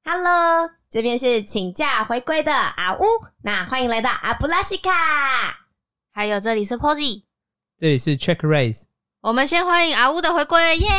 Hello， 这边是请假回归的阿乌，那欢迎来到阿布拉西卡。 还有这里是 Posy， 这里是 Check Race。 我们先欢迎阿乌的回归，耶！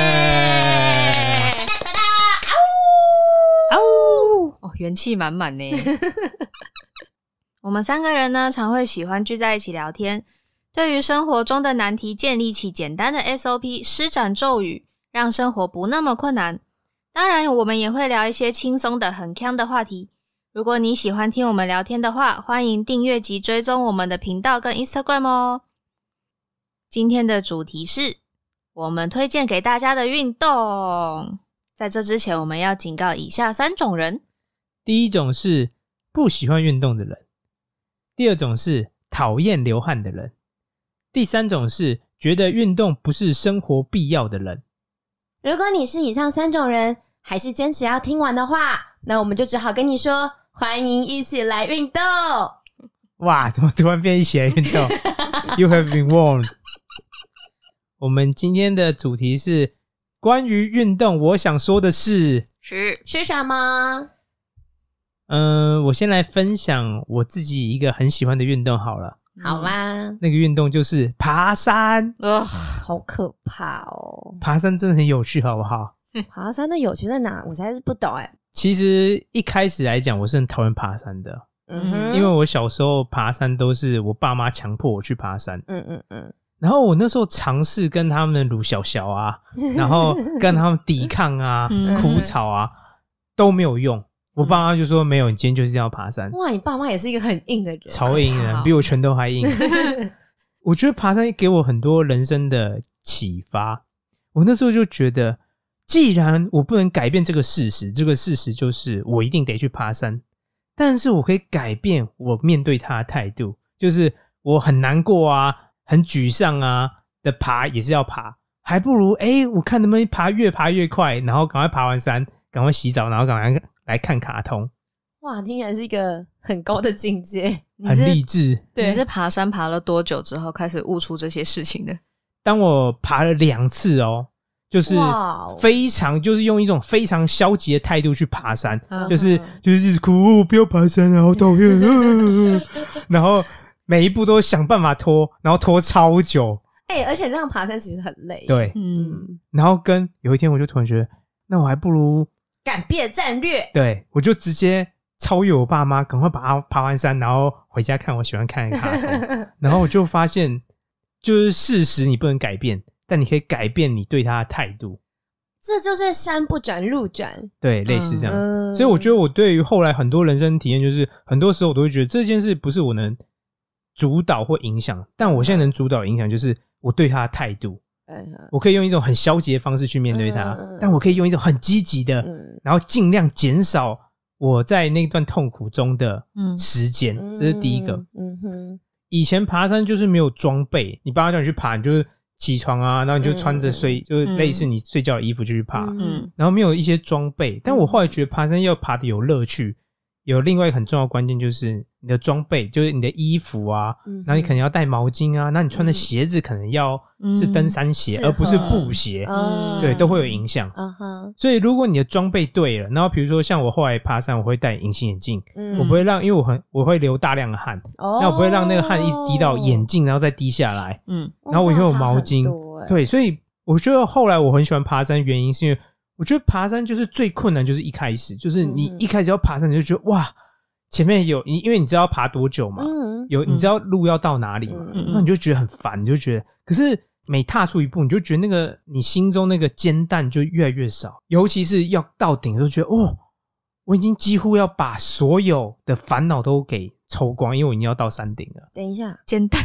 啊呜！ 哦，元气满满呢。我们三个人呢，常会喜欢聚在一起聊天，对于生活中的难题建立起简单的 SOP， 施展咒语，让生活不那么困难。当然，我们也会聊一些轻松的、很鏘的话题。如果你喜欢听我们聊天的话，欢迎订阅及追踪我们的频道跟 Instagram 哦。今天的主题是我们推荐给大家的运动。在这之前，我们要警告以下3种人。 第一种是不喜欢运动的人，第二种是讨厌流汗的人，第三种是觉得运动不是生活必要的人。 如果你是以上3种人，还是坚持要听完的话，那我们就只好跟你说，欢迎一起来运动。 哇，怎么突然变一起来运动？You have been warned。我们今天的主题是关于运动，我想说的是什么？ 我先来分享我自己一个很喜欢的运动好了。 好啦， 那个运动就是爬山。 好可怕哦！ 爬山真的很有趣，好不好？ 爬山的有趣在哪？我实在是不懂哎。 其实一开始来讲，我是很讨厌爬山的。因为我小时候爬山都是我爸妈强迫我去爬山。然后我那时候尝试跟他们撸小小啊，然后跟他们抵抗啊、哭吵啊，都没有用。我爸妈就说没有，你今天就是一定要爬山。 哇，你爸妈也是一个很硬的人， 超硬的，比我拳头还硬。我觉得爬山给我很多人生的启发。我那时候就觉得，既然我不能改变这个事实，这个事实就是我一定得去爬山，但是我可以改变我面对它的态度，就是我很难过啊、很沮丧啊的爬也是要爬，还不如我看能不能越爬越快，然后赶快爬完山，赶快洗澡，然后赶快来看卡通。 哇，听起来是一个很高的境界， 很励志。 你是爬山爬了多久之后开始悟出这些事情的？ 当我爬了2次哦，就是非常就是用一种非常消极的态度去爬山，就是一直哭，不要爬山啊，好讨厌然后每一步都想办法拖，然后拖超久。 而且这样爬山其实很累。 对，然后有一天我就突然觉得，那我还不如改变战略。对， 我就直接超越我爸妈，赶快把它爬完山，然后回家看我喜欢看的卡通。然后我就发现，就是事实你不能改变，但你可以改变你对它的态度。 这就是山不转路转。对， 类似这样。所以我觉得我对于后来很多人生体验，就是很多时候我都会觉得这件事不是我能主导或影响，但我现在能主导影响就是我对它的态度。我可以用一种很消极的方式去面对它，但我可以用一种很积极的，然后尽量减少我在那段痛苦中的时间。这是第一个。以前爬山就是没有装备，你爸妈叫你去爬，你就是起床啊，然后你就穿着就是类似你睡觉的衣服就去爬，然后没有一些装备。但我后来觉得爬山要爬的有乐趣，有另外一个很重要的关键就是你的装备，就是你的衣服啊，然后你可能要带毛巾啊，那你穿的鞋子可能要是登山鞋，而不是布鞋，对，都会有影响。所以如果你的装备对了，然后比如说像我后来爬山，我会戴隐形眼镜，我不会让，因为我会流大量的汗，那我不会让那个汗一直滴到眼镜，然后再滴下来，然后我也会有毛巾，对，所以我觉得后来我很喜欢爬山，原因是因为我觉得爬山就是最困难，就是一开始，就是你一开始要爬山，你就觉得哇，前面因为你知道要爬多久嘛，你知道路要到哪里嘛，那你就觉得很烦，你就觉得，可是每踏出一步，你就觉得那个你心中那个煎蛋就越来越少，尤其是要到顶的时候，觉得我已经几乎要把所有的烦恼都给抽光，因为我已经要到山顶了。 等一下， 煎蛋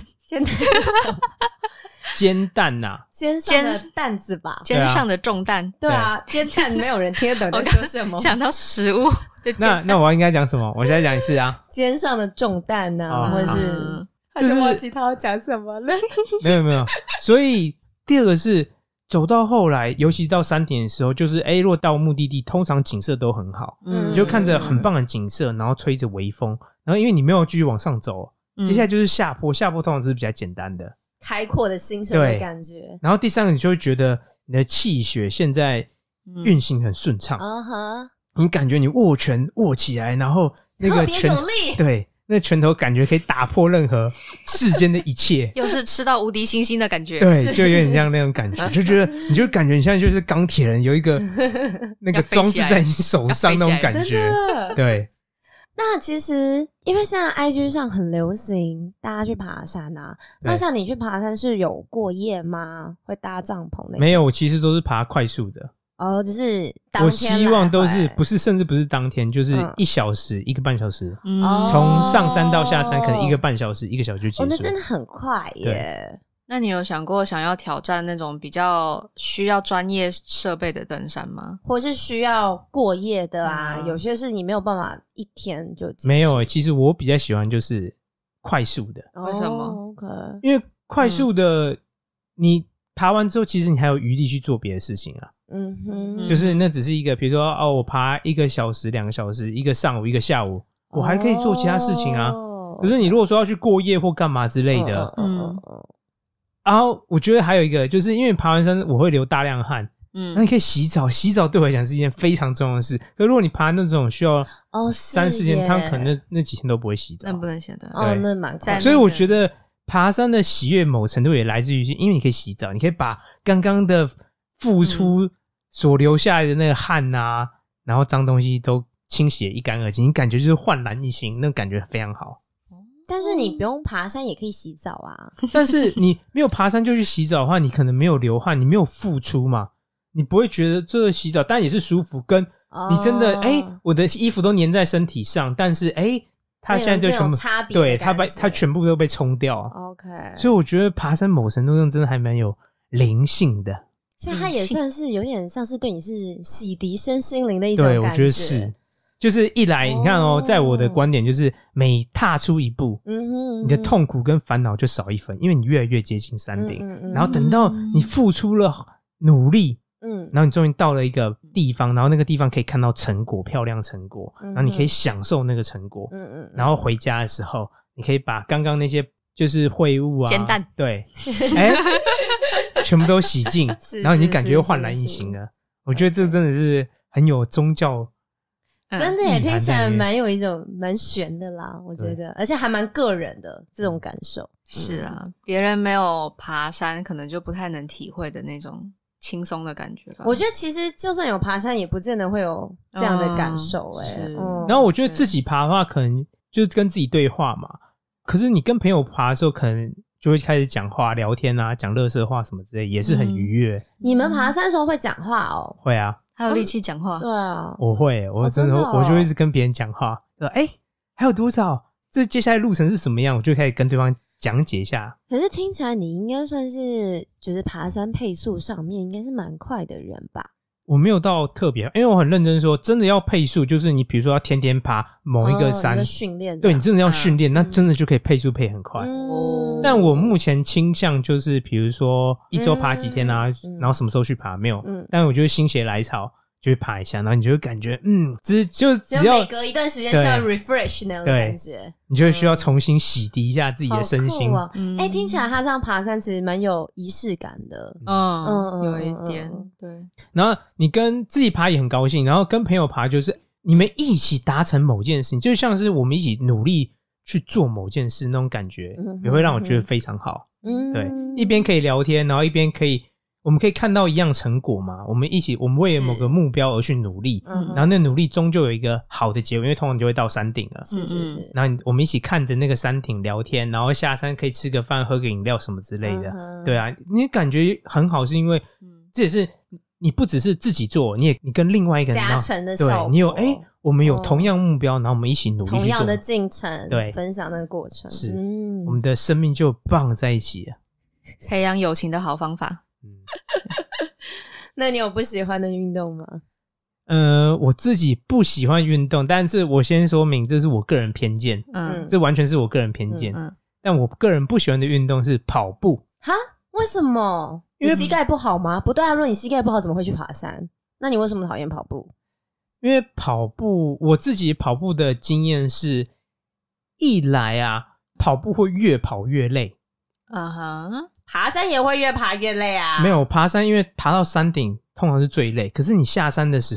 煎蛋啊， 肩上的担子吧， 肩上的重担。 对啊，煎蛋没有人听得懂在说什么。 想到食物那我应该讲什么？我现在讲一次啊， 肩上的重担啊，或者是就是忘记他要讲什么了。 没有，所以第二个是走到后来，尤其到山顶的时候，就是如果到目的地，通常景色都很好，你就看着很棒的景色，然后吹着微风，然后因为你没有继续往上走，接下来就是下坡，下坡通常是比较简单的。 开阔的心声的感觉。 然后第三个，你就会觉得你的气血现在运行很顺畅， 你感觉你握拳握起来，然后那个拳特别有力， 对，那拳头感觉可以打破任何世间的一切， 又是吃到无敌星星的感觉。 对，就有点像那种感觉，就觉得你就感觉你现在就是钢铁人，有一个那个装置在你手上那种感觉，对。 那其实因为现在 IG 上很流行大家去爬山啊，那像你去爬山是有过夜吗？会搭帐篷那种？ 没有，我其实都是爬快速的。 哦，就是当天来回， 我希望都是不是，甚至不是当天，就是1小时、1个半小时，从上山到下山可能1个半小时、1个小时就结束。 那真的很快耶。 那你有想过想要挑战那种比较需要专业设备的登山吗？ 或是需要过夜的啊？有些是你没有办法一天就结束。 没有其实我比较喜欢就是快速的。 为什么 ？OK， 因为快速的，你爬完之后，其实你还有余力去做别的事情啊。就是那只是一个，比如说我爬1个小时、2个小时，一个上午、一个下午，我还可以做其他事情啊。可是你如果说要去过夜或干嘛之类的，然后我觉得还有一个，就是因为爬完山我会流大量汗，那你可以洗澡，洗澡对我来讲是一件非常重要的事。可是如果你爬那种需要3-4天，他可能那几天都不会洗澡， 那不能洗的。 那蛮快。 所以我觉得爬山的喜悦某程度也来自于，因为你可以洗澡，你可以把刚刚的付出所留下来的那个汗啊，然后脏东西都清洗得一干二净，你感觉就是焕然一新，那感觉非常好。 但是你不用爬山也可以洗澡啊。 但是你没有爬山就去洗澡的话，你可能没有流汗，你没有付出嘛，你不会觉得这个洗澡当然也是舒服，跟你真的我的衣服都粘在身体上，但是它现在就全部对它全部都被冲掉。 OK， 所以我觉得爬山某程度上真的还蛮有灵性的， 所以它也算是有点像是对你是洗涤身心灵的一种感觉。 对，我觉得是。就是一来你看在我的观点就是每踏出一步，你的痛苦跟烦恼就少1分，因为你越来越接近山顶，然后等到你付出了努力，然后你终于到了一个地方，然后那个地方可以看到成果，漂亮成果，然后你可以享受那个成果，然后回家的时候你可以把刚刚那些就是秽物啊， 煎蛋， 对全部都洗净然后你感觉焕然一新了。我觉得这真的是很有宗教， 真的也听起来蛮有一种蛮玄的啦，我觉得，而且还蛮个人的这种感受。 是啊，别人没有爬山可能就不太能体会的那种轻松的感觉吧。 我觉得其实就算有爬山也不见得会有这样的感受然后我觉得自己爬的话可能就是跟自己对话嘛，可是你跟朋友爬的时候可能就会开始讲话聊天啊，讲垃圾话什么之类，也是很愉悦。 你们爬山的时候会讲话哦？ 会啊， 还有力气讲话。 对啊， 我会，我真的我就一直跟别人讲话，说还有多少，这接下来路程是什么样，我就开始跟对方讲解一下。 可是听起来你应该算是就是爬山配速上面应该是蛮快的人吧？ 我没有到特别，因为我很认真说，真的要配速，就是你比如说要天天爬某一个山， 训练， 对你真的要训练，那真的就可以配速配很快。但我目前倾向就是，比如说1周爬几天啊，然后什么时候去爬没有？但我觉得心血来潮就会爬一下，然后你就会感觉，只要每隔一段时间需要 refresh 那种感觉， 你就需要重新洗涤一下自己的身心。 听起来他这样爬山其实蛮有仪式感的。 有一点，对。 然后你跟自己爬也很高兴，然后跟朋友爬就是你们一起达成某件事情，就像是我们一起努力去做某件事那种感觉，也会让我觉得非常好。对，一边可以聊天，然后一边我们可以看到一样成果嘛，我们为了某个目标而去努力，然后那努力终究有一个好的结果，因为通常就会到山顶了。 是。 然后我们一起看着那个山顶聊天，然后下山可以吃个饭喝个饮料什么之类的。对啊，你感觉很好，是因为这也是你不只是自己做，你跟另外一个人加成的效果。 对，你有我们有同样目标，然后我们一起努力去做同样的进程， 对， 分享那个过程， 是我们的生命就棒在一起了。 培养友情的好方法。 那你有不喜欢的运动吗？ 我自己不喜欢运动，但是我先说明这是我个人偏见，这完全是我个人偏见。但我个人不喜欢的运动是跑步。哈？ 为什么？你膝盖不好吗？不对啊，如果你膝盖不好怎么会去爬山？那你为什么讨厌跑步？ 因为跑步，我自己跑步的经验是，一来跑步会越跑越累。 爬山也会越爬越累啊。 没有，爬山因为爬到山顶通常是最累，可是你下山的时候，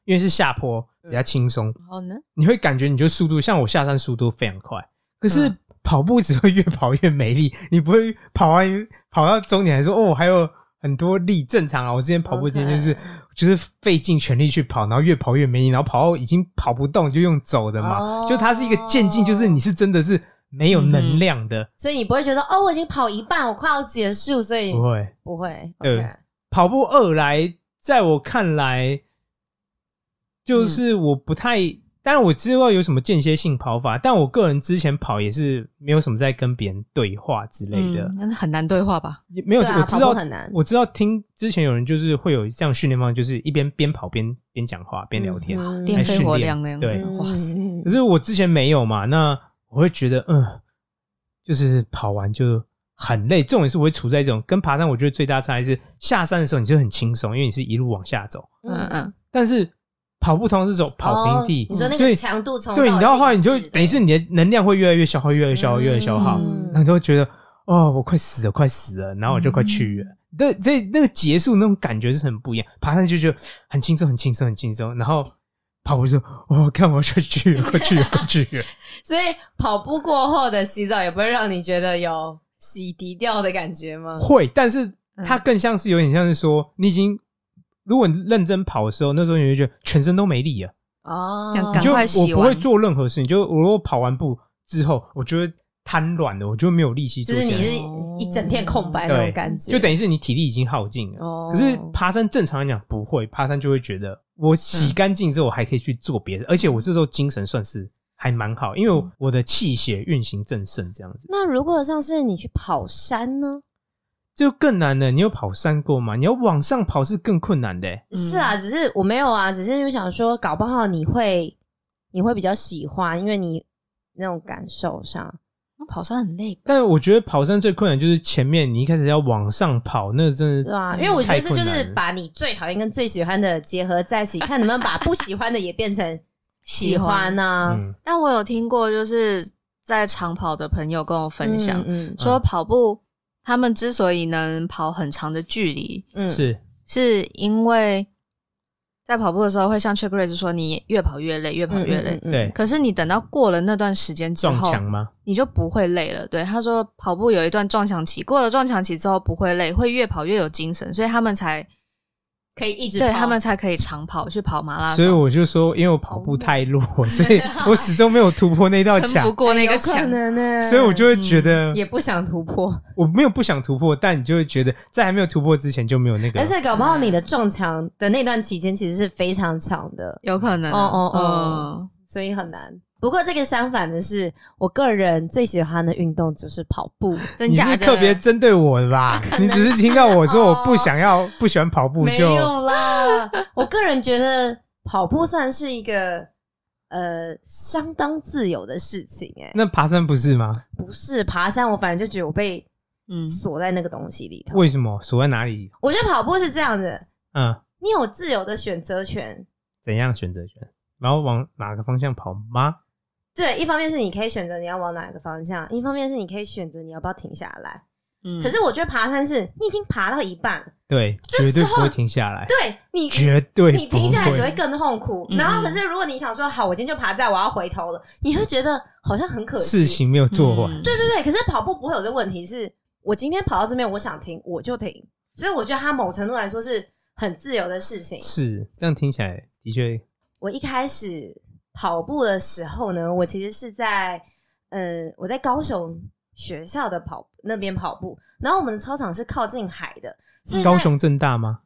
因为是下坡比较轻松， 然后呢， 你会感觉你就速度像我下山速度非常快，可是跑步只会越跑越没力，你不会跑到终点还说哦还有很多力，正常啊。我之前跑步经验就是费尽全力去跑，然后越跑越没力，然后跑到已经跑不动就用走的嘛，就它是一个渐进，就是你是真的是没有能量的， 所以你不会觉得我已经跑一半，我快要结束，所以不会。 对，跑步二来，在我看来，就是我不太，当然我知道有什么间歇性跑法，但我个人之前跑也是没有什么在跟别人对话之类的， 那很难对话吧？ 也没有，我知道很难。 我知道听之前有人就是会有这样训练方式，就是一边跑边讲话边聊天， 练肺活量那样子。 对， 哇塞！ 可是我之前没有嘛，那我会觉得就是跑完就很累。重点是我会处在这种跟爬山，我觉得最大差异是下山的时候你就很轻松，因为你是一路往下走。但是跑步通常是走跑平地， 你说那个强度从对，你的话你就等于是你的能量会越来越消耗，越来越消耗，越来越消耗，然后你都会觉得我快死了，然后我就快去了。那个结束那种感觉是很不一样。爬山就觉得很轻松，然后跑步就看我要去了，快去了。 所以跑步过后的洗澡也不会让你觉得有洗涤掉的感觉吗？ 会，但是它更像是有点像是说你已经。如果你认真跑的时候，那时候你会觉得全身都没力了赶快洗完。 我不会做任何事情，就我如果跑完步之后，我就会瘫软了，我就没有力气做。 就是你是一整片空白那种感觉， 就等于是你体力已经耗尽了。可是爬山正常来讲不会，爬山就会觉得我洗干净之后，我还可以去做别的，而且我这时候精神算是还蛮好，因为我的气血运行正盛这样子。 那如果像是你去跑山呢？ 就更难了。你有跑山过吗？你要往上跑是更困难的。 是啊，只是我没有啊，只是就想说搞不好你会比较喜欢，因为你那种感受上。 跑山很累吧， 但我觉得跑山最困难就是前面你一开始要往上跑，那真的对啊，因为我觉得这就是把你最讨厌跟最喜欢的结合在一起，看能不能把不喜欢的也变成喜欢啊。 但我有听过就是在长跑的朋友跟我分享说跑步他们之所以能跑很长的距离是因为在跑步的时候会像 Chuck Grace 说你越跑越累， 对。 可是你等到过了那段时间之后撞墙吗？ 你就不会累了。对，他说跑步有一段撞墙期，过了撞墙期之后不会累，会越跑越有精神，所以他们才可以一直跑， 对，他们才可以长跑去跑马拉松。 所以我就说因为我跑步太弱，所以我始终没有突破那道墙， 撑不过那个墙， 所以我就会觉得也不想突破。 我没有不想突破，但你就会觉得在还没有突破之前就没有那个。 而且搞不好你的撞墙的那段期间其实是非常长的， 有可能所以很难。不过这个相反的是，我个人最喜欢的运动就是跑步。 真假的？ 你是特别针对我的吧？你只是听到我说我不喜欢跑步就没有啦。我个人觉得跑步算是一个相当自由的事情那爬山不是吗？ 不是，爬山我反正就觉得我被锁在那个东西里头。 为什么？锁在哪里？ 我觉得跑步是这样的，你有自由的选择权。 怎样选择权？然后往哪个方向跑吗？ 对，一方面是你可以选择你要往哪个方向，一方面是你可以选择你要不要停下来。可是我觉得爬山是你已经爬到一半， 对，绝对不会停下来。 对，你绝对你停下来只会更痛苦。然后可是如果你想说好，我今天就爬在我要回头了，你会觉得好像很可惜， 事情没有做完。 对，可是跑步不会有这个问题，是我今天跑到这边，我想停我就停。所以我觉得它某程度来说是很自由的事情。 是这样听起来的确。 我一开始跑步的时候呢，我其实是在我在高雄学校的那边跑步，然后我们的操场是靠近海的。所以高雄政大吗？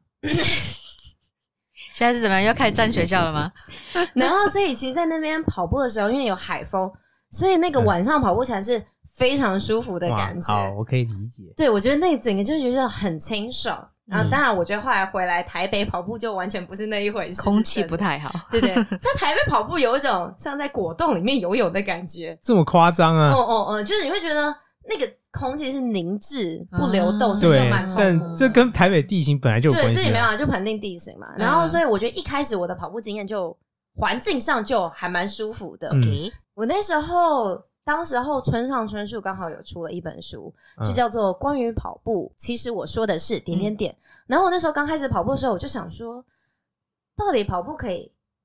现在是怎么样？要开始占学校了吗？ 然后所以其实在那边跑步的时候，因为有海风，所以那个晚上跑步起来是非常舒服的感觉。 好，我可以理解。 对，我觉得那整个就觉得很清爽。然后当然我觉得后来回来台北跑步就完全不是那一回事， 空气不太好。 对，在台北跑步有一种像在果冻里面游泳的感觉。 这么夸张啊？ 就是你会觉得那个空气是凝滞不流动，所以就蛮痛苦。 但这跟台北地形本来就有关系。 对，这也没办法，就盆地地形嘛。然后所以我觉得一开始我的跑步经验就环境上就还蛮舒服的。我那时候当时候村上春树刚好有出了一本书，就叫做关于跑步其实我说的是……然后我那时候刚开始跑步的时候，我就想说到底跑步可以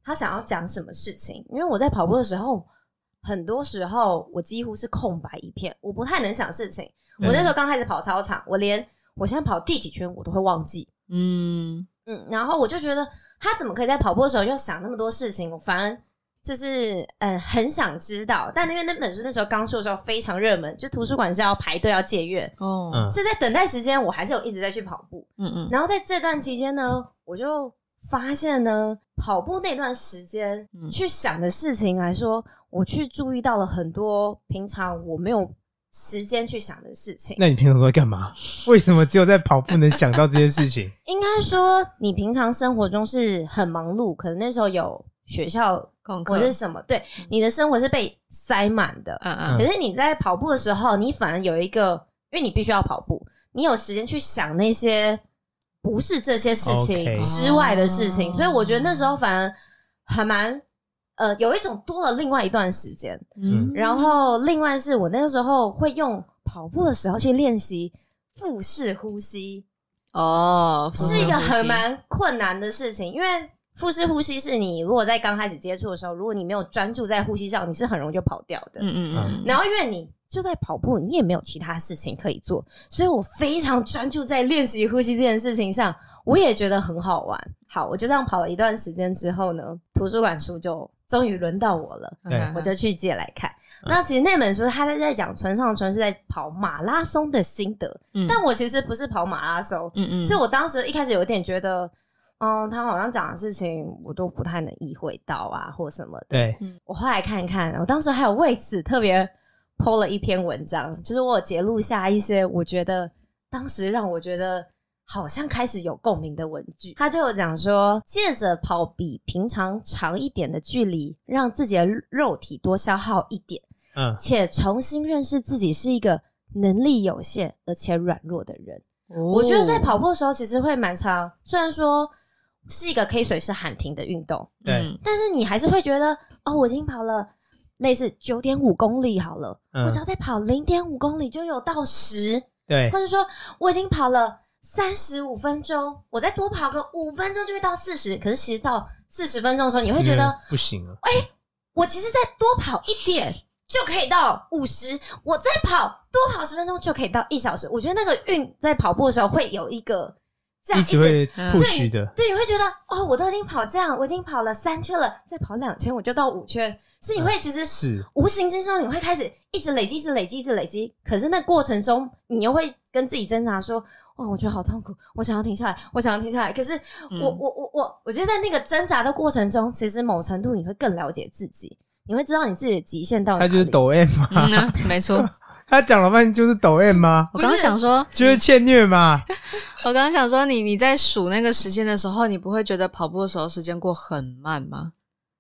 他想要讲什么事情。因为我在跑步的时候，很多时候我几乎是空白一片，我不太能想事情。我那时候刚开始跑操场，我连我现在跑第几圈我都会忘记。然后我就觉得他怎么可以在跑步的时候又想那么多事情，我反而就是很想知道。但因为那本书那时候刚出的时候非常热门，就图书馆是要排队要借阅所以在等待时间我还是有一直在去跑步。然后在这段期间呢，我就发现呢，跑步那段时间去想的事情来说，我去注意到了很多平常我没有时间去想的事情。 那你平常都在干嘛？为什么只有在跑步能想到这些事情？ 应该说你平常生活中是很忙碌，可能那时候有学校或是什么，对，你的生活是被塞满的。可是你在跑步的时候，你反而有一个，因为你必须要跑步，你有时间去想那些不是这些事情之外的事情，所以我觉得那时候反而还蛮有一种多了另外一段时间。然后另外是我那个时候会用跑步的时候去练习腹式呼吸。是一个很蛮困难的事情，因为腹式呼吸是你如果在刚开始接触的时候，如果你没有专注在呼吸上，你是很容易就跑掉的。然后因为你就在跑步，你也没有其他事情可以做，所以我非常专注在练习呼吸这件事情上，我也觉得很好玩。好，我就这样跑了一段时间之后呢，图书馆书就终于轮到我了，我就去借来看。那其实那本书他在讲村上春是在跑马拉松的心得，但我其实不是跑马拉松，是我当时一开始有点觉得他好像讲的事情我都不太能意会到啊或什么的。 对， 我后来看看，我当时还有为此特别 po 了一篇文章，就是我有截录下一些我觉得当时让我觉得好像开始有共鸣的文句。他就有讲说，借着跑比平常长一点的距离，让自己的肉体多消耗一点，且重新认识自己是一个能力有限而且软弱的人。我觉得在跑步的时候其实会蛮长，虽然说是一个可以随时喊停的运动，但是你还是会觉得我已经跑了类似 9.5 公里好了，我只要再跑 0.5 公里就有到10，对，或者说我已经跑了35分钟，我再多跑个5分钟就会到40，可是其实到40分钟的时候你会觉得不行了， 我其实再多跑一点就可以到50，我再多跑10分钟就可以到1小时。我觉得那个在跑步的时候会有一个这样一直会 push 的， 对，你会觉得我都已经跑这样，我已经跑了3圈了，再跑2圈我就到5圈，所以你会其实是无形之中你会开始一直累积，一直累积，一直累积。可是那过程中你又会跟自己挣扎说，我觉得好痛苦，我想要停下来，我想要停下来。可是我觉得在那个挣扎的过程中，其实某程度你会更了解自己，你会知道你自己的极限到哪里。 他就是抖 M 嘛， 没错。 他讲了半天就是抖 M 吗？ 我刚刚想说就是欠虐嘛。 我刚刚想说你在数那个时间的时候，你不会觉得跑步的时候时间过很慢吗？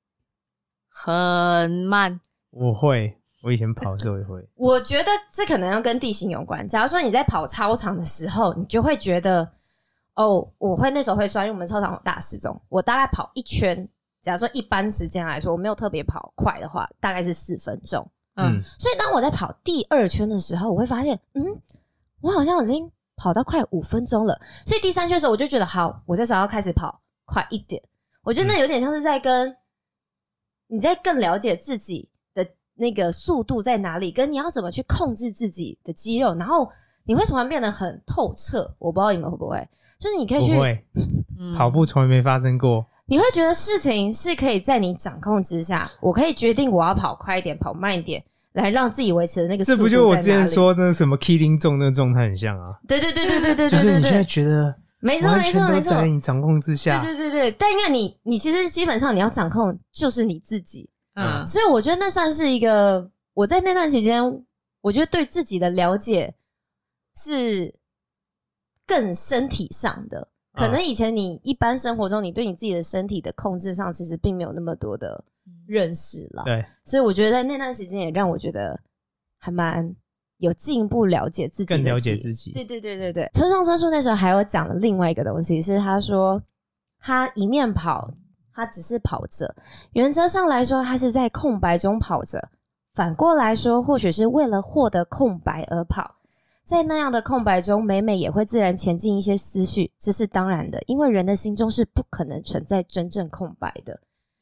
很慢。我会，我以前跑的时候也会。 我觉得这可能要跟地形有关。假如说你在跑操场的时候，你就会觉得我会那时候会酸，因为我们操场有大时钟，我大概跑一圈，假如说一般时间来说我没有特别跑快的话，大概是4分钟。所以当我在跑第2圈的时候，我会发现我好像已经跑到快5分钟了。所以第3圈的时候我就觉得好，我这时候要开始跑快一点。我觉得那有点像是在跟你在更了解自己的那个速度在哪里，跟你要怎么去控制自己的肌肉，然后你会突然变得很透彻。我不知道你们会不会，就是你可以去不会跑步从来没发生过， 你会觉得事情是可以在你掌控之下，我可以决定我要跑快一点跑慢一点来让自己维持的那个速度在哪里。 这不就我之前说那什么 Killing 重那个状态很像啊。 对， 就是你现在觉得没错完全都在你掌控之下。 对，但因为你其实基本上你要掌控就是你自己。所以我觉得那算是一个我在那段期间我觉得对自己的了解是更身体上的。可能以前你一般生活中你对你自己的身体的控制上其实并没有那么多的认识了。对，所以我觉得在那段时间也让我觉得还蛮有进一步了解自己的， 更了解自己。 对。村上春树那时候还有讲了另外一个东西，是他说他一面跑，他只是跑着，原则上来说他是在空白中跑着，反过来说或许是为了获得空白而跑，在那样的空白中每每也会自然前进一些思绪，这是当然的，因为人的心中是不可能存在真正空白的。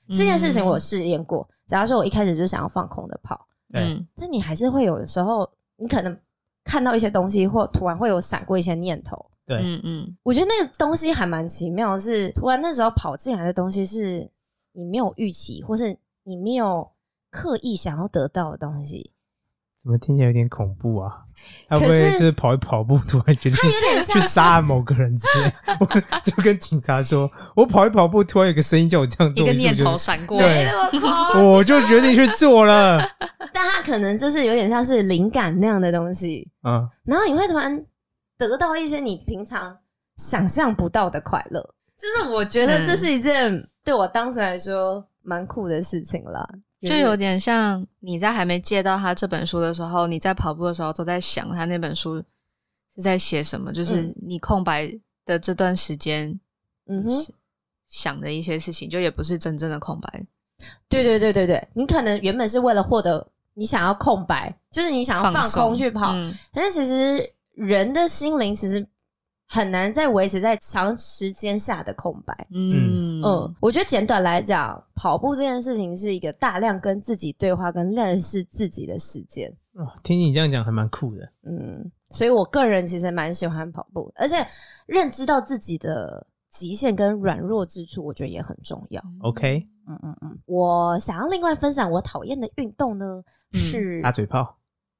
这件事情我有试验过，假如说我一开始就想要放空的跑，但你还是会有的时候，你可能看到一些东西，或突然会有闪过一些念头。 对， 我觉得那个东西还蛮奇妙的是，突然那时候跑进来的东西是你没有预期，或是你没有刻意想要得到的东西。 怎么听起来有点恐怖啊？他会不会就是跑一跑步，突然决定去杀某个人之类？我就跟警察说，我跑一跑步，突然有个声音叫我这样做， 一个念头闪过， 对，我就决定去做了。 但他可能就是有点像是灵感那样的东西，然后你会突然得到一些你平常想象不到的快乐，就是我觉得这是一件对我当时来说蛮酷的事情啦。 就有点像你在还没借到他这本书的时候，你在跑步的时候都在想他那本书是在写什么，就是你空白的这段时间想的一些事情，就也不是真正的空白。 对，你可能原本是为了获得你想要空白，就是你想要放空去跑，但是其实人的心灵其实很难再维持在长时间下的空白。我觉得简短来讲，跑步这件事情是一个大量跟自己对话跟认识自己的时间。 听你这样讲还蛮酷的。 所以我个人其实蛮喜欢跑步，而且认知到自己的极限跟软弱之处，我觉得也很重要。 OK， 我想要另外分享我讨厌的运动呢，是打嘴炮。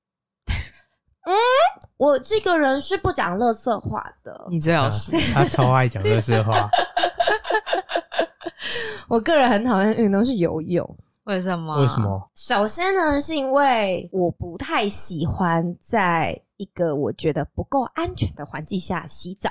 我这个人是不讲垃圾话的。 你最好是他超爱讲垃圾话。 我个人很讨厌的运动是游泳。 为什么？ 为什么？ 首先呢，是因为我不太喜欢在一个我觉得不够安全的环境下洗澡。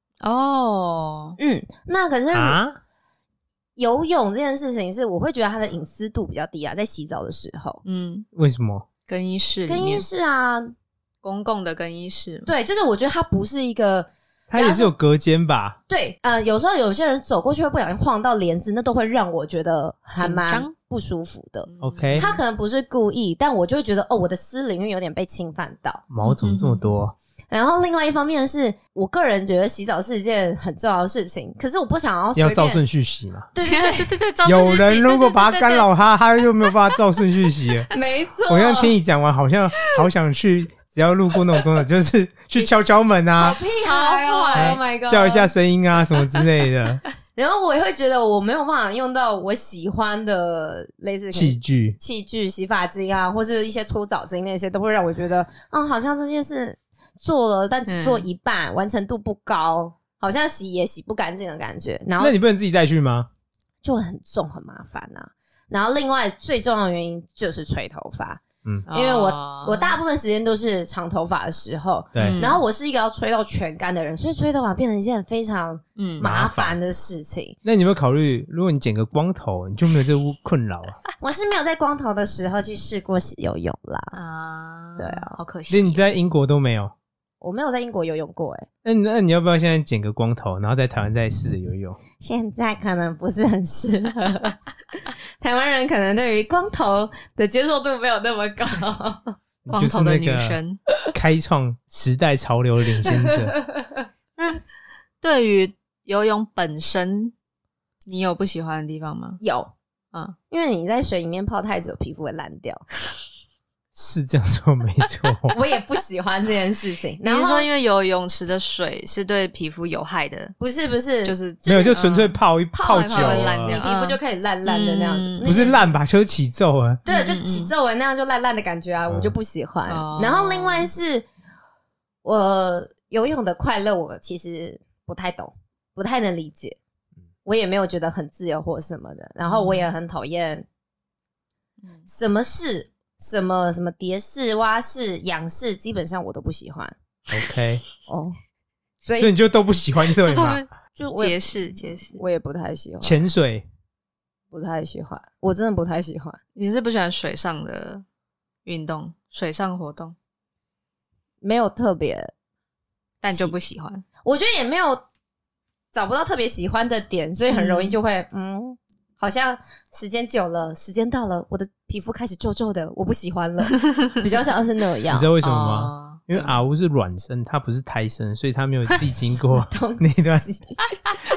那可是游泳这件事情是我会觉得它的隐私度比较低啊，在洗澡的时候。 为什么？ 更衣室里面， 更衣室啊， 公共的更衣室。 对，就是我觉得它不是一个， 它也是有隔间吧？ 对，有时候有些人走过去会不小心晃到帘子，那都会让我觉得还蛮不舒服的。 OK， 他可能不是故意，但我就会觉得我的私领域有点被侵犯到。 毛怎么这么多？ 然后另外一方面是我个人觉得洗澡是一件很重要的事情，可是我不想要随便要照顺序洗嘛。 对， 有人如果把它干扰他就没有办法照顺序洗了。 没错。 我刚刚听你讲完，好像好想去，只要路过那种公园，就是去敲敲门啊， 好屁孩哦 ！Oh my god， 叫一下声音啊什么之类的。 然后我也会觉得我没有办法用到我喜欢的类似器具、 洗发精啊，或是一些搓澡精，那些都会让我觉得好像这件事做了，但只做一半，完成度不高，好像洗也洗不干净的感觉。然后那你不能自己带去吗？ 就很重，很麻烦啊。然后另外最重要的原因就是吹头发。因为我大部分时间都是长头发的时候， 对， 然后我是一个要吹到全干的人，所以吹头发变成一件非常麻烦的事情。 那你有没有考虑，如果你剪个光头，你就没有这困扰啊？ 我是没有在光头的时候去试过游泳啦。对啊， 好可惜。 所以你在英国都没有？ 我没有在英国游泳过那你要不要现在剪个光头，然后在台湾再试着游泳？ 现在可能不是很适合。台湾人可能对于光头的接受度没有那么高。 光头的女生， 开创时代潮流的领先者。 那对于游泳本身，你有不喜欢的地方吗？ 有，因为你在水里面泡太久，皮肤会烂掉。 是这样说没错。 我也不喜欢这件事情。 你是说因为游泳池的水是对皮肤有害的？ 不是， 就是没有，就纯粹泡久了，你皮肤就开始烂烂的那样子。 不是烂吧，就是起皱啊。 对，就起皱纹那样就烂烂的感觉啊，我就不喜欢。然后另外是我游泳的快乐，我其实不太懂，不太能理解，我也没有觉得很自由或什么的。然后我也很讨厌什么事。什么蝶式、蛙式、仰式，基本上我都不喜欢。 OK， 所以你就都不喜欢对吗？ 就蝶式， 我也不太喜欢。 潜水不太喜欢，我真的不太喜欢。 你是不喜欢水上的运动、水上活动？ 没有特别， 但就不喜欢。 我觉得也没有找不到特别喜欢的点，所以很容易就会好像时间久了，时间到了，我的皮肤开始皱皱的，我不喜欢了，比较像是那样。 你知道为什么吗？因为阿乌是卵生，它不是胎生，所以它没有历经过那段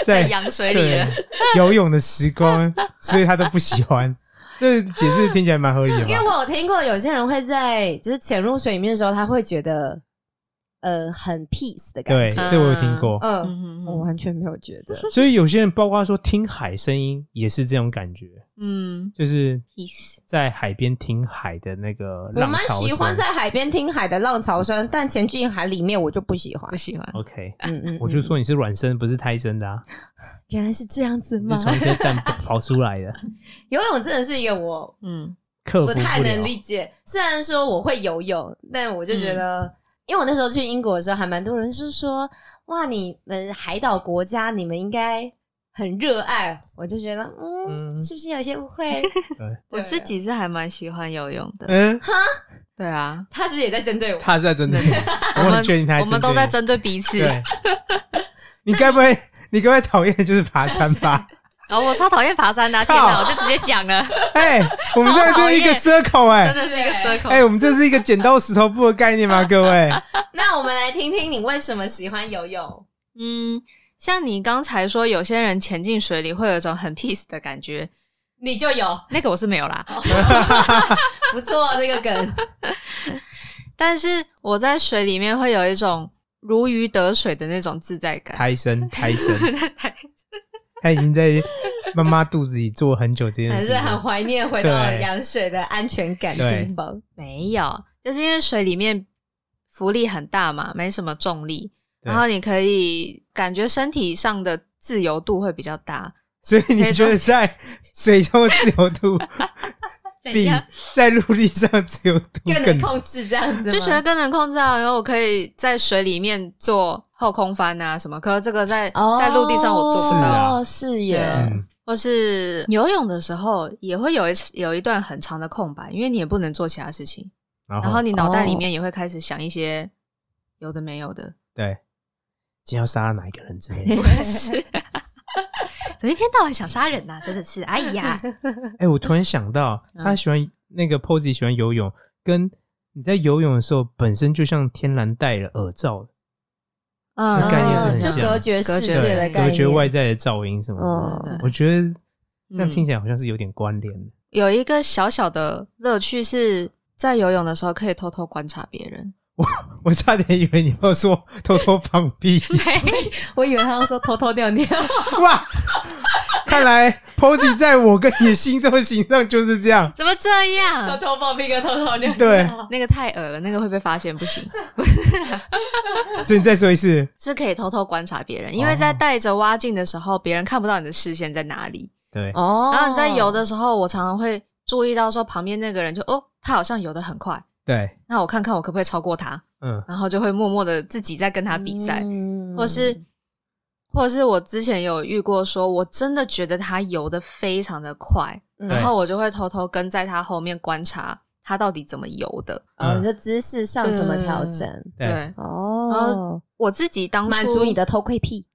在羊水里了游泳的时光，所以他都不喜欢。这解释听起来蛮合理的吧？ 因为我有听过有些人会在就是潜入水里面的时候，他会觉得很 peace 的感觉。 对，这我有听过。 我完全没有觉得。 所以有些人包括说听海声音也是这种感觉。就是在海边听海的那个浪潮声。 我蛮喜欢在海边听海的浪潮声，但潜进海里面我就不喜欢。 OK， 我就说你是卵生不是胎生的啊。 原来是这样子吗？ 是从一颗蛋跑出来的。 游泳真的是一个我克服不太能理解。虽然说我会游泳，但我就觉得，因为我那时候去英国的时候，还蛮多人是说，哇，你们海岛国家，你们应该很热爱。我就觉得，是不是有些误会？ 我自己是还蛮喜欢游泳的。 哈， 对啊， 他是不是也在针对我？ 他是在针对你，我很确定他在针对你。 我们都在针对彼此。 对，你该不会讨厌就是爬山吧？ 我超讨厌爬山的，天哪！我就直接讲了。 我们这是一个 circle 真的是一个 circle。 我们这是一个剪刀石头布的概念吗？各位？ 那我们来听听你为什么喜欢游泳。 像你刚才说，有些人潜进水里会有一种很 peace 的感觉， 你就有那个我是没有啦。 不错，这个梗。 但是我在水里面会有一种如鱼得水的那种自在感。 胎生。他已经在妈妈肚子里做很久这件事， 还是很怀念回到羊水的安全感的地方。 没有，就是因为水里面浮力很大嘛，没什么重力，然后你可以感觉身体上的自由度会比较大。 所以你觉得在水中的自由度比在陆地上的自由度更能控制，这样子吗？ 就觉得更能控制啊！然后我可以在水里面做后空翻啊什么，可是这个在陆地上我做不到。 是耶。 或是游泳的时候也会有一段很长的空白，因为你也不能做其他事情，然后你脑袋里面也会开始想一些有的没有的。 对，今天要杀哪一个人之类的。 不是。怎么一天到晚想杀人啊，真的是哎呀。 我突然想到他喜欢那个 Posy 喜欢游泳，跟你在游泳的时候本身就像天然戴了耳罩的概念是很像， 就隔绝世界的概念， 隔绝外在的噪音什么的。我觉得这样听起来好像是有点关联的。 有一个小小的乐趣是在游泳的时候可以偷偷观察别人。 我差点以为你要说偷偷放屁。 我以为他要说偷偷尿尿。 哇，看来 Posy 在我跟你的心中形象就是这样。 怎么这样？ 偷偷放屁跟偷偷尿尿。 对， 那个太恶了，那个会被发现，不行。 所以你再说一次。 是可以偷偷观察别人，因为在带着蛙镜的时候，别人看不到你的视线在哪里。 对。 然后你在游的时候，我常常会注意到说旁边那个人就他好像游得很快。 对， 那我看看我可不可以超过他，然后就会默默的自己在跟他比赛，或者是我之前有遇过说我真的觉得他游得非常的快，然后我就会偷偷跟在他后面观察他到底怎么游的， 你的姿势上怎么调整。 对，然后我自己当初满足你的偷窥癖。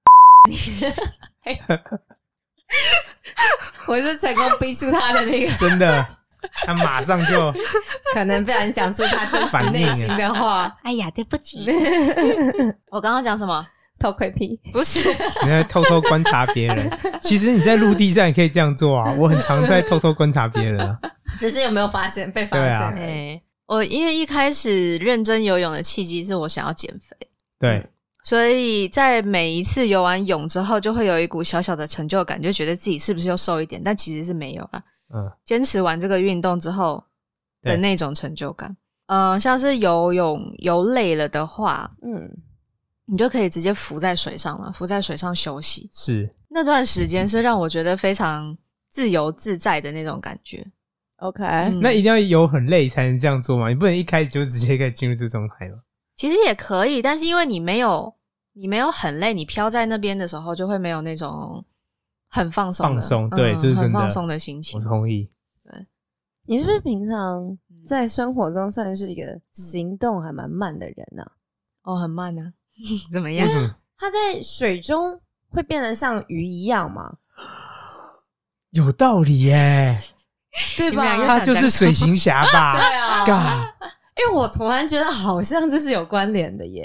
我是成功逼出他的那个。 真的，他马上就可能不然讲出他真实内心的话。 哎呀，对不起。我刚刚讲什么？ 偷窥癖？ 不是， 你在偷偷观察别人。其实你在陆地上也可以这样做啊，我很常在偷偷观察别人啊。 只是有没有发现被发现。 我因为一开始认真游泳的契机是我想要减肥。 对。 所以在每一次游完泳之后，就会有一股小小的成就感，就觉得自己是不是又瘦一点，但其实是没有啦。坚持完这个运动之后的那种成就感。像是游泳游累了的话，你就可以直接浮在水上了，浮在水上休息。 是， 那段时间是让我觉得非常自由自在的那种感觉。 OK， 那一定要游很累才能这样做吗？你不能一开始就直接可以进入这状态吗？ 其实也可以，但是因为你没有很累，你飘在那边的时候就会没有那种很放松的对，这是真的很放松的心情。 我同意。 对， 你是不是平常在生活中算是一个行动还蛮慢的人啊？ 很慢啊。怎么样？ 他在水中会变得像鱼一样吗？ 有道理耶， 对吧？ 他就是水行侠吧？ 对啊。 God， 因为我突然觉得好像这是有关联的耶。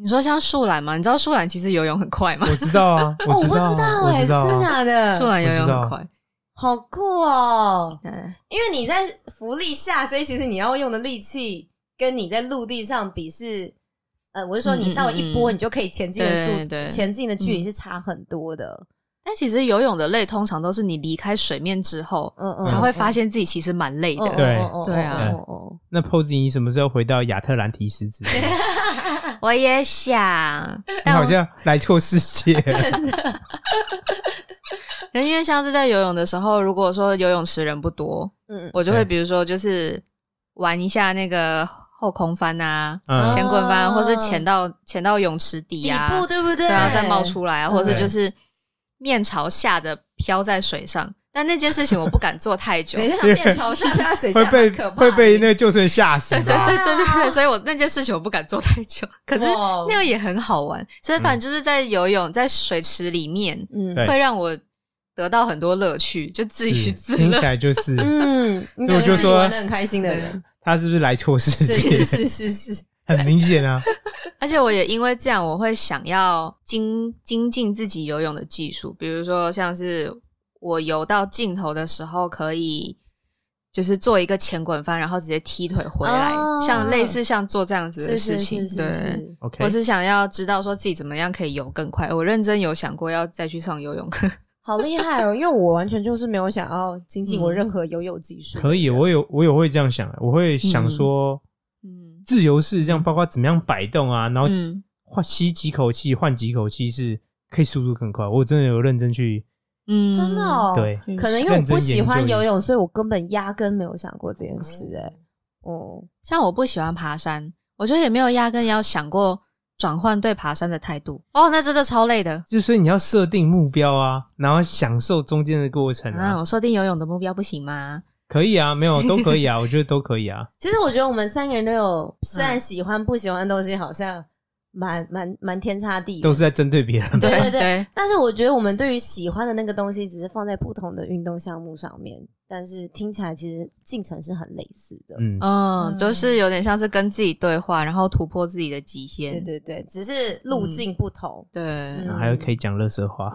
你说像树懒吗？你知道树懒其实游泳很快吗？ 我知道啊， 我不知道真的假的？ 树懒游泳很快， 好酷哦！因为你在浮力下，所以其实你要用的力气跟你在陆地上比是，我是说你稍微一拨，你就可以前进的前进的距离是差很多的。 但其实游泳的累通常都是你离开水面之后，才会发现自己其实蛮累的。 对啊。 那 Posy 你什么时候回到亚特兰提斯之类？ 我也想， 你好像来错世界了。 真的。 因为像是在游泳的时候，如果说游泳池人不多，我就会比如说就是玩一下那个后空翻啊，前滚翻，或是潜到泳池底啊， 底部对不对？ 对啊，再冒出来啊，或是就是面朝下的飘在水上。但那件事情我不敢做太久， 等一下面朝下飘在水下会被那个救生员吓死吧？ 对，所以我那件事情我不敢做太久。可是那样也很好玩，所以反正就是在游泳在水池里面，会让我得到很多乐趣，就自娱自乐。 听起来就是， 所以我就说玩得很开心的人， 他是不是来错世界？ 是， 很明显啊。 而且我也因为这样，我会想要精进自己游泳的技术，比如说像是我游到尽头的时候，可以就是做一个前滚翻，然后直接踢腿回来，像类似像做这样子的事情，对。我是想要知道说自己怎么样可以游更快，我认真有想过要再去上游泳课。 好厉害哦！因为我完全就是没有想要精进我任何游泳技术。 可以，我有会这样想，我会想说，自由式这样，包括怎么样摆动啊，然后吸几口气，换几口气，是可以速度更快。我真的有认真去。 真的哦， 对， 可能因为我不喜欢游泳，所以我根本压根没有想过这件事。 像我不喜欢爬山，我觉得也没有压根要想过转换对爬山的态度。那真的超累的。 所以你要设定目标啊，然后享受中间的过程啊。 我设定游泳的目标不行吗？ 可以啊，没有都可以啊，我觉得都可以啊。 其实我觉得我们三个人都有，虽然喜欢不喜欢的东西，好像蛮天差地远， 都是在针对别人。 对。 但是我觉得我们对于喜欢的那个东西，只是放在不同的运动项目上面，但是听起来其实进程是很类似的。 都是有点像是跟自己对话，然后突破自己的极限。 对，只是路径不同。 对， 还有可以讲垃圾话。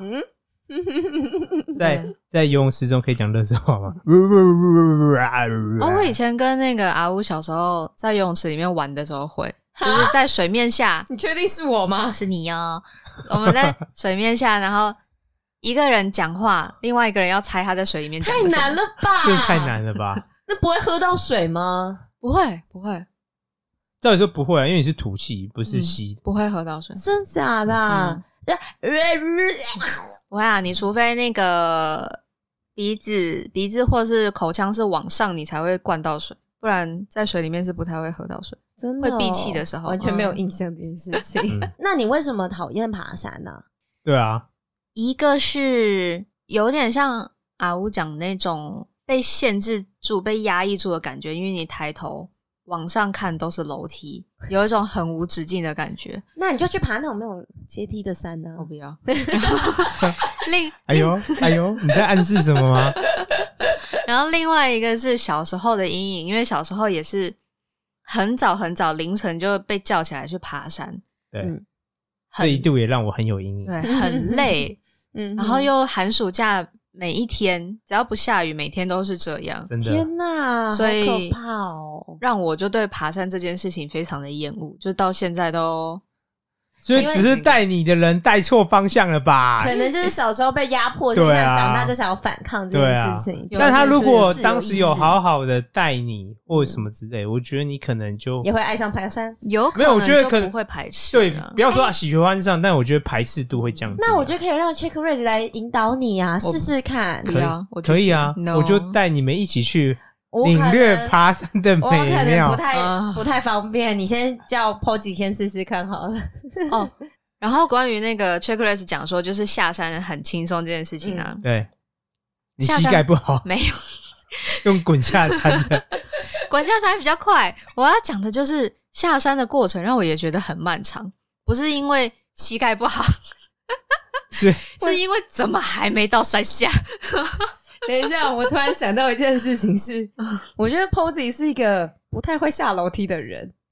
在游泳池中可以讲垃圾话吗？ 我以前跟那个阿乌小时候在游泳池里面玩的时候会。就是在水面下， 你确定是我吗？ 是你哦。我们在水面下，然后一个人讲话，另外一个人要猜他在水里面讲的什么。 太难了吧？ 这太难了吧？ 那不会喝到水吗？ 不会。 照理说不会啊，因为你是吐气，不是吸， 不会喝到水。 真假的？ 不会啊，你除非那个鼻子或是口腔是往上，你才会灌到水，不然在水里面是不太会喝到水。 真的会闭气的时候完全没有印象这件事情。那你为什么讨厌爬山呢？ 对啊， 一个是有点像阿乌讲那种被限制住、被压抑住的感觉，因为你抬头往上看都是楼梯，有一种很无止境的感觉。 那你就去爬那种没有阶梯的山呢？ 我不要。 哎呦，你在暗示什么吗？ 然后另外一个是小时候的阴影，因为小时候也是很早凌晨就被叫起来去爬山。 对，这一度也让我很有阴影。 对，很累。然后又寒暑假每一天只要不下雨，每天都是这样。 真的， 天哪， 所以好可怕哦！ 让我就对爬山这件事情非常的厌恶，就到现在都。 所以只是带你的人带错方向了吧？ 可能就是小时候被压迫，现在长大就想要反抗这件事情。 但他如果当时有好好的带你或什么之类，我觉得你可能就也会爱上爬山。 有可能，没有，我觉得可能不会排斥。 对，不要说喜欢上，但我觉得排斥度会降低。 那我觉得可以让 Check Raise 来引导你啊，试试看。 可以啊，我就带你们一起去。领略爬山的美妙。 我可能不太方便，你先叫 Posy 先试试看好了。 然后关于那个 Checklist 讲说，就是下山很轻松这件事情啊。 对，你膝盖不好， 没有用滚下山的， 滚下山比较快。我要讲的就是下山的过程让我也觉得很漫长，不是因为膝盖不好，是因为怎么还没到山下。 等一下，我突然想到一件事情是，我觉得 Posy 是一个不太会下楼梯的人。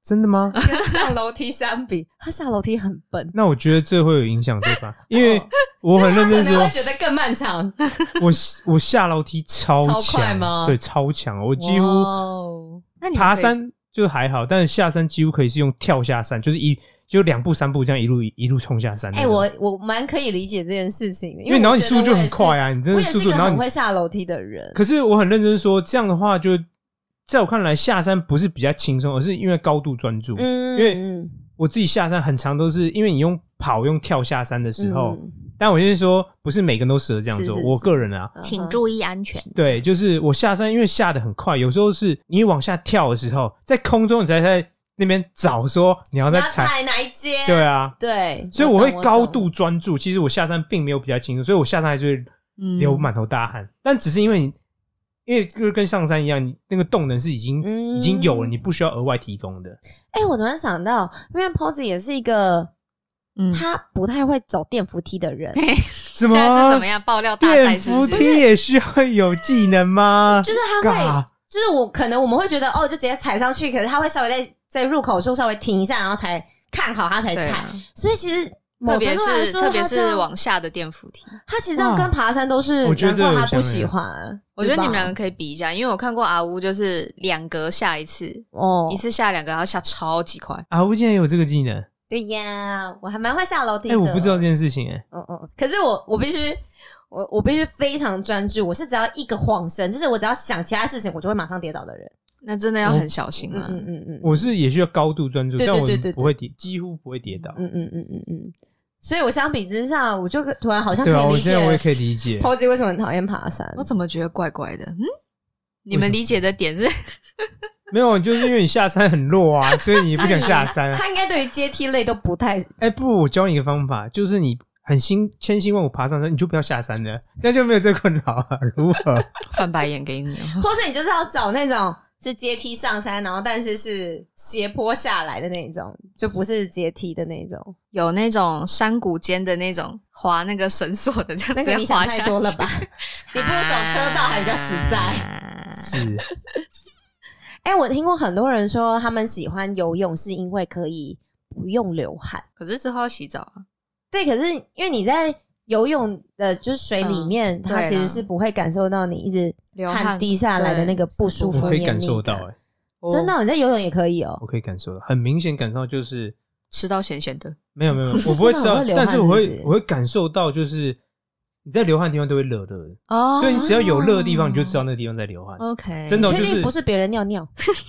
真的吗？ 跟上楼梯相比，他下楼梯很笨。 那我觉得这会有影响，对吧？因为我很认真说， 所以他可能会觉得更漫长。 我下楼梯超强， 超快吗？ 对，超强，我几乎爬山就还好，但是下山几乎可以是用跳下山，就是就2步3步这样一路冲下山。 我蛮可以理解这件事情的， 因为然后你速度就很快啊，你真的速度， 我也是一个很会下楼梯的人。 可是我很认真说，这样的话就在我看来下山不是比较轻松，而是因为高度专注。因为我自己下山很常都是因为你用跳下山的时候，但我就是说不是每个人都适合这样做，我个人啊， 请注意安全。 对，就是我下山因为下得很快，有时候是你往下跳的时候，在空中你才在那边找说你要踩哪一阶。 对啊， 对， 所以我会高度专注。其实我下山并没有比较轻松，所以我下山还是会流满头大汗，但只是因为就是跟上山一样，你那个动能是已经有了，你不需要额外提供的。 我突然想到，因为 Posy 也是一个他不太会走电扶梯的人。 什么？ 现在是怎么样爆料大赛？是不是？ 电扶梯也需要有技能吗？ 就是他会，就是我们会觉得就直接踩上去，可是他会稍微在入口处稍微停一下，然后才看好他才踩。所以其实特别是往下的电扶梯， 他其实这样跟爬山都是， 我觉得难怪他不喜欢。 我觉得你们两个可以比一下，因为我看过阿乌就是2格下一次，一次下2格，然后下超级快。 阿乌竟然有这个技能？ 对呀，我还蛮会下楼梯的。 我不知道这件事情可是我必须非常专注，我是只要一个晃神，就是我只要想其他事情，我就会马上跌倒的人。 那真的要很小心啊。 我是也需要高度专注，但我不会几乎不会跌倒。 所以我相比之下，我就突然好像可以理解。 我现在我也可以理解 Posy 为什么很讨厌爬山。 我怎么觉得怪怪的？你们理解的点是？ 没有，就是因为你下山很弱啊，所以你不想下山。 他应该对于阶梯类都不太…… 不如我教你一个方法，就是你千辛万苦爬上山，你就不要下山了，这样就没有这个困扰了。如何？ 翻白眼给你， 或是你就是要找那种是阶梯上山，然后但是是斜坡下来的那种，就不是阶梯的那种， 有那种山谷间的那种滑那个绳索的，这样那个你想太多了吧？你不如走车道还比较实在。 是。 我听过很多人说他们喜欢游泳是因为可以不用流汗， 可是之后要洗澡啊。 对，可是因为你在游泳的就是水里面，它其实是不会感受到你一直汗滴下来的那个不舒服。 我可以感受到真的，你在游泳也可以哦。 我可以感受到，很明显感受到就是吃到咸咸的。 没有，我不会吃到，但是我会感受到就是你在流汗的地方都会热热的所以你只要有热的地方，你就知道那个地方在流汗。 OK， 真的就是确定不是别人尿尿。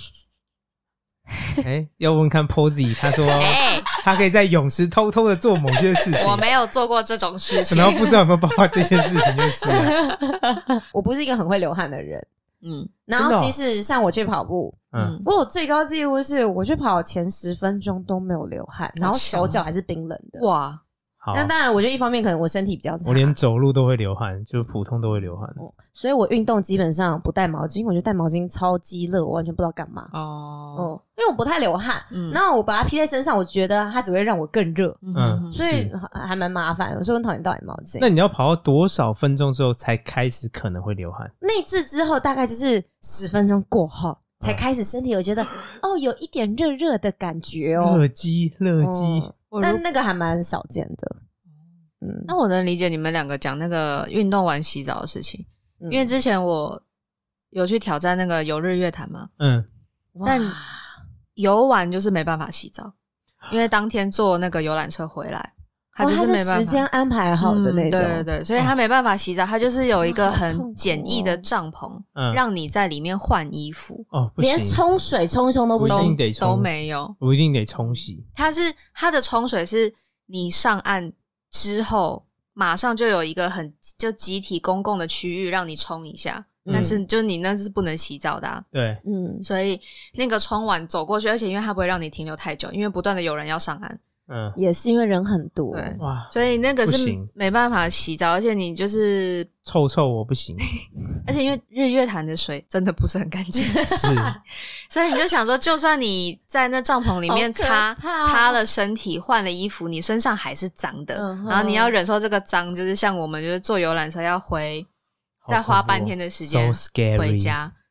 要问看 Posy， 他说他可以在泳池偷偷的做某些事情。 我没有做过这种事情， 然后不知道有没有包括这件事情就是了。 我不是一个很会流汗的人，然后即使像我去跑步，我最高纪录是我去跑前10分钟都没有流汗，然后手脚还是冰冷的。 哇！ 那当然，我觉得一方面可能我身体比较差， 我连走路都会流汗，就普通都会流汗。 所以我运动基本上不带毛巾，因为我觉得带毛巾超激热，我完全不知道干嘛。因为我不太流汗，然后我把它披在身上，我觉得它只会让我更热，所以还蛮麻烦的。所以我很讨厌带毛巾。 那你要跑到多少分钟之后才开始可能会流汗？ 那次之后大概就是10分钟过后才开始身体有觉得有一点热热的感觉热机。 但那个还蛮少见的。 那我能理解你们两个讲那个运动完洗澡的事情，因为之前我有去挑战那个游日月潭嘛，但游完就是没办法洗澡，因为当天坐那个游览车回来，他就是没办法， 时间安排好的那种， 对，所以他没办法洗澡，他就是有一个很简易的帐篷，让你在里面换衣服， 不行， 连冲水冲一冲都不行， 都没有， 我一定得冲洗。 他的冲水是你上岸之后马上就有一个就集体公共的区域让你冲一下，但是就你那是不能洗澡的对， 所以那个冲完走过去，而且因为它不会让你停留太久，因为不断的有人要上岸， 也是因为人很多， 对，所以那个是没办法洗澡，而且你就是臭我不行， 而且因为日月潭的水真的不是很干净， 是， 所以你就想说，就算你在那帐篷里面擦了身体，换了衣服，你身上还是脏的，然后你要忍受这个脏，就是像我们就是坐游览车要再花半天的时间回家。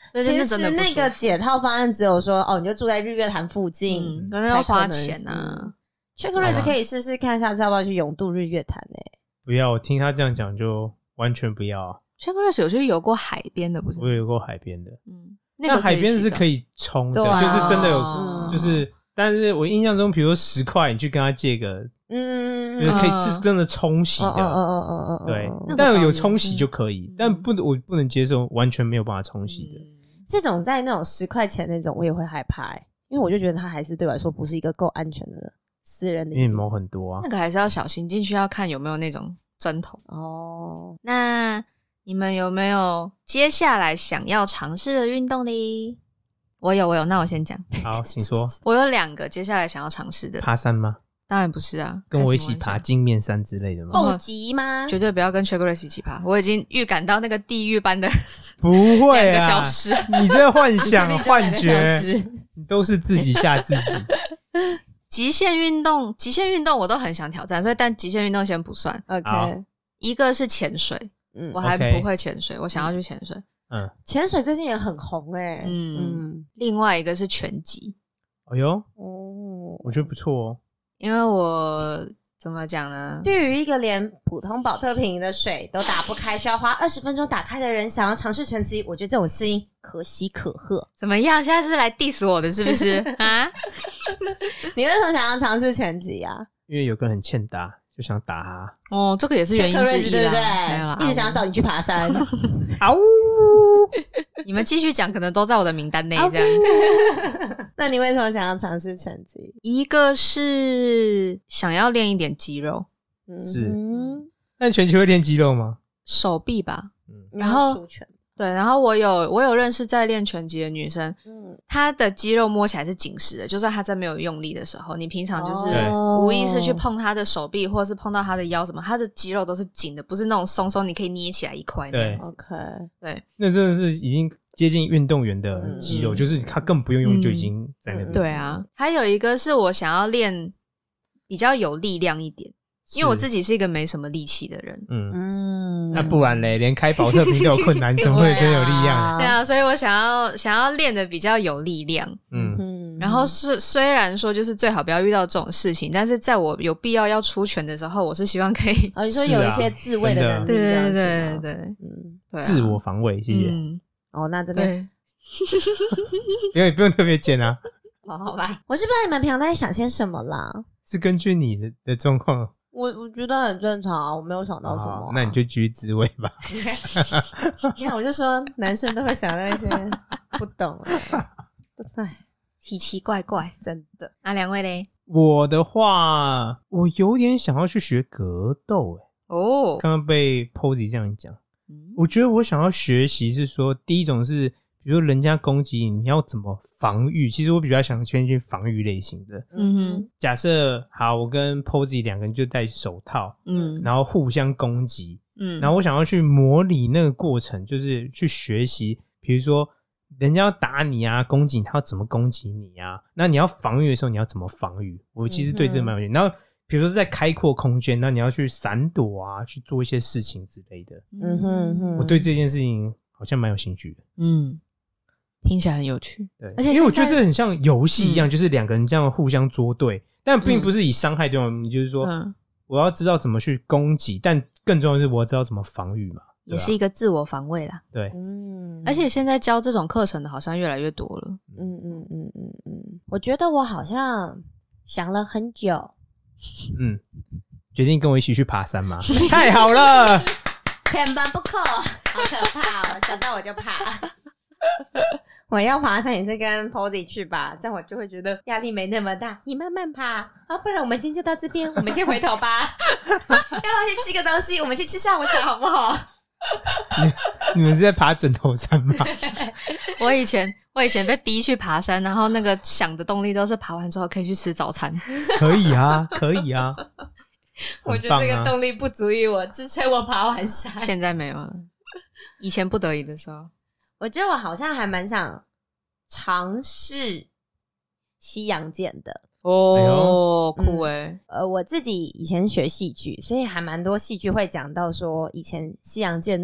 其实那个解套方案只有说你就住在日月潭附近， 可能要花钱啊。 Checklist 可以试试看下次要不要去泳渡日月潭不要，我听他这样讲就完全不要啊。 Checklist 有去游过海边的不是？ 我有游过海边的， 那个海边是可以冲的，就是真的有，就是但是我印象中比如说10块你去跟他借个就是可以是真的冲洗的，对，但有冲洗就可以，但我不能接受完全没有办法冲洗的。 这种在那种10块钱那种我也会害怕因为我就觉得它还是对我来说不是一个够安全的私人的， 因为毛很多啊， 那个还是要小心，进去要看有没有那种针头那你们有没有接下来想要尝试的运动呢？我有，那我先讲。 好，请说。 我有2个接下来想要尝试的。 爬山吗？ 当然不是啊， 跟我一起爬金面山之类的吗？ 后级吗？ 绝对不要跟 Checklist 一起爬，我已经预感到那个地狱般的不会啊 2个小时， 你这幻想幻觉，你都是自己吓自己。 极限运动我都很想挑战，所以但极限运动先不算。 OK， 一个是潜水，我还不会潜水，我想要去潜水。 潜水最近也很红另外一个是拳击。 哎呦，我觉得不错哦。 因为我怎么讲呢？ 对于一个连普通保特瓶的水都打不开，需要花20分钟打开的人，想要尝试拳击，我觉得这种事情可喜可贺。 怎么样？现在是来 diss 我的是不是啊？ 你为什么想要尝试拳击啊？ 因为有个人很欠打，就想打他。 这个也是原因之一啦， 对不对？ 没有啦， 一直想要找你去爬山。 啊呜！ 你们继续讲，可能都在我的名单内这样。 那你为什么想要尝试拳击？ 一个是想要练一点肌肉， 是。那拳击会练肌肉吗？ 手臂吧。然后对，然后我有认识在练拳击的女生，她的肌肉摸起来是紧实的，就算她在没有用力的时候，你平常就是无意识去碰她的手臂，或者是碰到她的腰什么，她的肌肉都是紧的，不是那种松松你可以捏起来一块那样子。对， 那真的是已经接近运动员的肌肉，就是他根本不用用就已经在那边。 对啊，还有一个是我想要练比较有力量一点，因为我自己是一个没什么力气的人。 那不然嘞，连开保特瓶都有困难，怎么会真有力量？ 对啊，所以我想要练的比较有力量。然后虽然说就是最好不要遇到这种事情，但是在我有必要要出拳的时候，我是希望可以你说有一些自卫的能力， 对， 自我防卫，谢谢。 那真的不用特别剪啊。 好吧，我是不知道你们平常在想些什么啦。 是根据你的状况。 我觉得很正常啊，我没有想到什么那你就继续自卫吧。 你看我就说男生都会想到一些不懂奇奇怪怪， 真的。 2位嘞？ 我的话，我有点想要去学格斗刚刚被 Posy 这样讲，我觉得我想要学习是说，第一种是比如说人家攻击你要怎么防御，其实我比较想偏去防御类型的。假设好，我跟 Posy 2个人就戴手套，然后互相攻击，然后我想要去模拟那个过程，就是去学习，比如说人家要打你啊，攻击你，他要怎么攻击你啊？那你要防御的时候，你要怎么防御？我其实对这个蛮有兴趣。然后比如说在开阔空间，那你要去闪躲啊，去做一些事情之类的。我对这件事情好像蛮有兴趣的。 听起来很有趣。 对，而且因为我觉得这很像游戏一样，就是2个人这样互相作对，但并不是以伤害对方，你就是说我要知道怎么去攻击，但更重要的是我要知道怎么防御嘛。 也是一个自我防卫啦。 对， 而且现在教这种课程的好像越来越多了。 我觉得我好像想了很久， 决定跟我一起去爬山吗？太好了， 千万不可，好可怕哦！想到我就怕。我要爬山也是跟 Posy 去吧，这样我就会觉得压力没那么大。你慢慢爬，不然我们今天就到这边，我们先回头吧。要不要去吃个东西？我们去吃下午茶好不好？ 你们是在爬枕头山吗？ 我以前被逼去爬山，然后那个想的动力都是爬完之后可以去吃早餐。 可以啊，可以啊。 我觉得这个动力不足以我支撑我爬完山。 现在没有了，以前不得已的时候。 我觉得我好像还蛮想尝试西洋剑的。 酷欸。 我自己以前学戏剧，所以还蛮多戏剧会讲到说以前西洋剑那种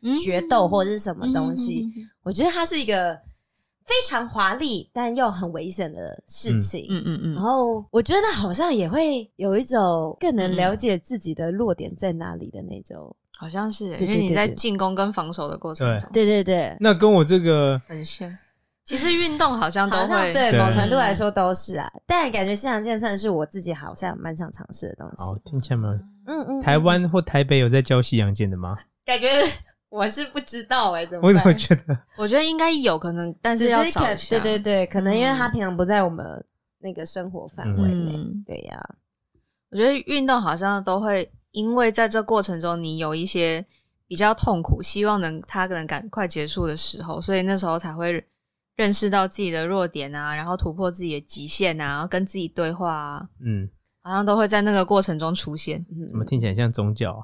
决斗或者是什么东西，我觉得它是一个非常华丽但又很危险的事情。然后我觉得好像也会有一种更能了解自己的弱点在哪里的那种。 好像是因为你在进攻跟防守的过程中。 对， 那跟我这个很像。其实运动好像都会， 对某程度来说都是啊，但感觉西洋健身是我自己好像蛮想尝试的东西。 好，听起来吗？台湾或台北有在教西洋健的吗？ 感觉我是不知道怎么办？ 我怎么觉得？ 我觉得应该有可能，但是要找一下。 对，可能因为他平常不在我们那个生活范围内。对呀， 我觉得运动好像都会，因为在这过程中你有一些比较痛苦，希望它能赶快结束的时候，所以那时候才会认识到自己的弱点啊，然后突破自己的极限啊，然后跟自己对话啊，好像都会在那个过程中出现。 怎么听起来像宗教啊？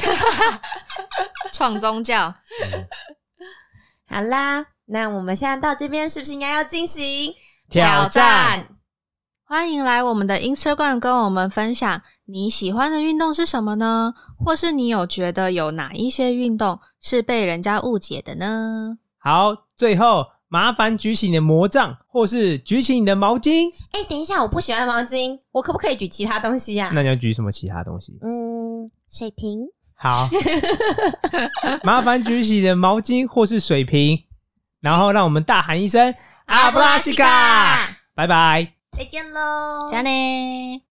创宗教。 好啦，那我们现在到这边是不是应该要进行挑战？ 欢迎来我们的 Instagram 跟我们分享你喜欢的运动是什么呢？或是你有觉得有哪一些运动是被人家误解的呢？ 好，最后麻烦举起你的魔杖，或是举起你的毛巾。 等一下，我不喜欢毛巾，我可不可以举其他东西啊？ 那你要举什么其他东西？ 水瓶。 好，麻烦举起你的毛巾或是水瓶，然后让我们大喊一声阿布拉西卡，拜拜， 再见咯， 加呢。